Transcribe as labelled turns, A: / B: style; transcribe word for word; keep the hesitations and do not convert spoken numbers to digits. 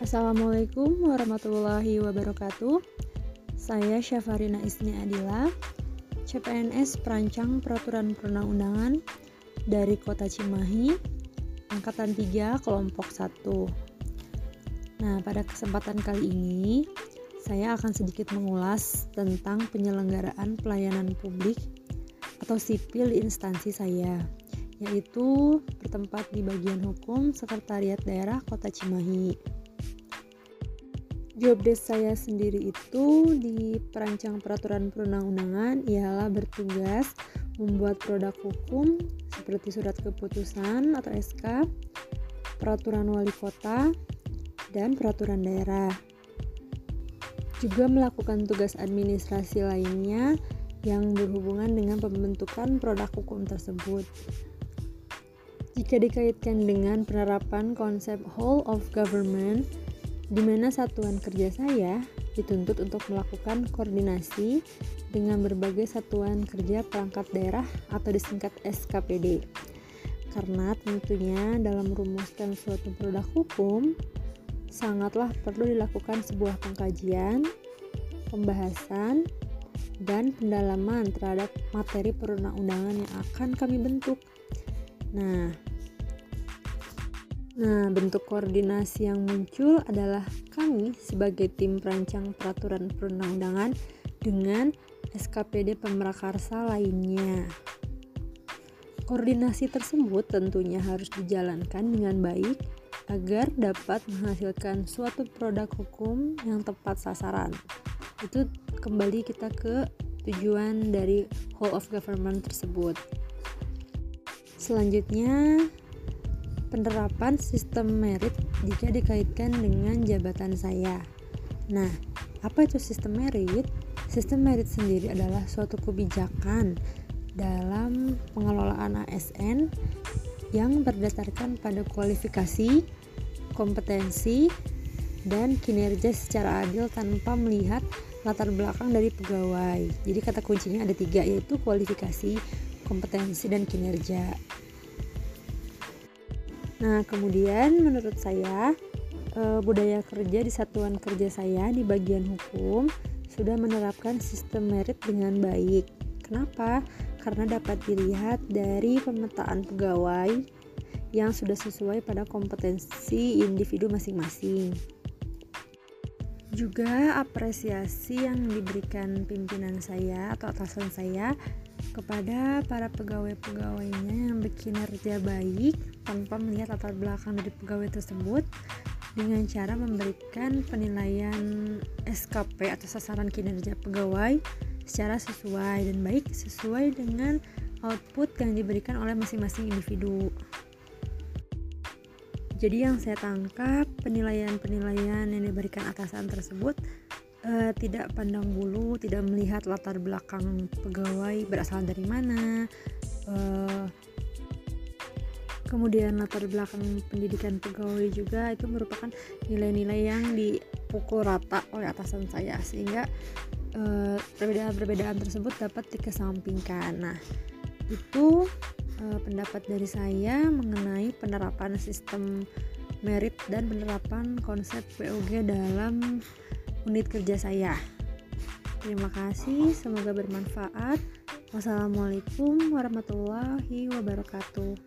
A: Assalamualaikum warahmatullahi wabarakatuh. Saya Syafarina Isni Adila, C P N S Perancang Peraturan Perundang-undangan dari Kota Cimahi, Angkatan tiga, Kelompok satu. Nah, pada kesempatan kali ini, saya akan sedikit mengulas tentang penyelenggaraan pelayanan publik atau sipil di instansi saya, yaitu bertempat di bagian hukum Sekretariat Daerah Kota Cimahi. Job desk saya sendiri itu di perancang peraturan perundang-undangan ialah bertugas membuat produk hukum seperti surat keputusan atau S K, peraturan wali kota, dan peraturan daerah. Juga melakukan tugas administrasi lainnya yang berhubungan dengan pembentukan produk hukum tersebut. Jika dikaitkan dengan penerapan konsep whole of government, di mana satuan kerja saya dituntut untuk melakukan koordinasi dengan berbagai satuan kerja perangkat daerah atau disingkat S K P D. Karena tentunya dalam merumuskan suatu produk hukum, sangatlah perlu dilakukan sebuah pengkajian, pembahasan, dan pendalaman terhadap materi perundang-undangan yang akan kami bentuk. Nah, Nah, bentuk koordinasi yang muncul adalah kami sebagai tim perancang peraturan perundang-undangan dengan S K P D pemrakarsa lainnya. Koordinasi tersebut tentunya harus dijalankan dengan baik agar dapat menghasilkan suatu produk hukum yang tepat sasaran. Itu kembali kita ke tujuan dari whole of government tersebut. Selanjutnya, penerapan sistem merit jika dikaitkan dengan jabatan saya. Nah, apa itu sistem merit? Sistem merit sendiri adalah suatu kebijakan dalam pengelolaan A S N yang berdasarkan pada kualifikasi, kompetensi, dan kinerja secara adil tanpa melihat latar belakang dari pegawai. Jadi kata kuncinya ada tiga, yaitu kualifikasi, kompetensi, dan kinerja. Nah, kemudian menurut saya e, budaya kerja di satuan kerja saya di bagian hukum sudah menerapkan sistem merit dengan baik. Kenapa? Karena dapat dilihat dari pemetaan pegawai yang sudah sesuai pada kompetensi individu masing-masing. Juga apresiasi yang diberikan pimpinan saya atau atasan saya kepada para pegawai-pegawainya yang berkinerja baik tanpa melihat latar belakang dari pegawai tersebut, dengan cara memberikan penilaian S K P atau sasaran kinerja pegawai secara sesuai dan baik sesuai dengan output yang diberikan oleh masing-masing individu. Jadi yang saya tangkap, penilaian-penilaian yang diberikan atasan tersebut Uh, tidak pandang bulu, tidak melihat latar belakang pegawai berasal dari mana, uh, kemudian latar belakang pendidikan pegawai juga itu merupakan nilai-nilai yang dipukul rata oleh atasan saya, sehingga uh, perbedaan-perbedaan tersebut dapat dikesampingkan. Nah, itu uh, pendapat dari saya mengenai penerapan sistem merit dan penerapan konsep P O G dalam unit kerja saya. Terima kasih, semoga bermanfaat. Wassalamualaikum warahmatullahi wabarakatuh.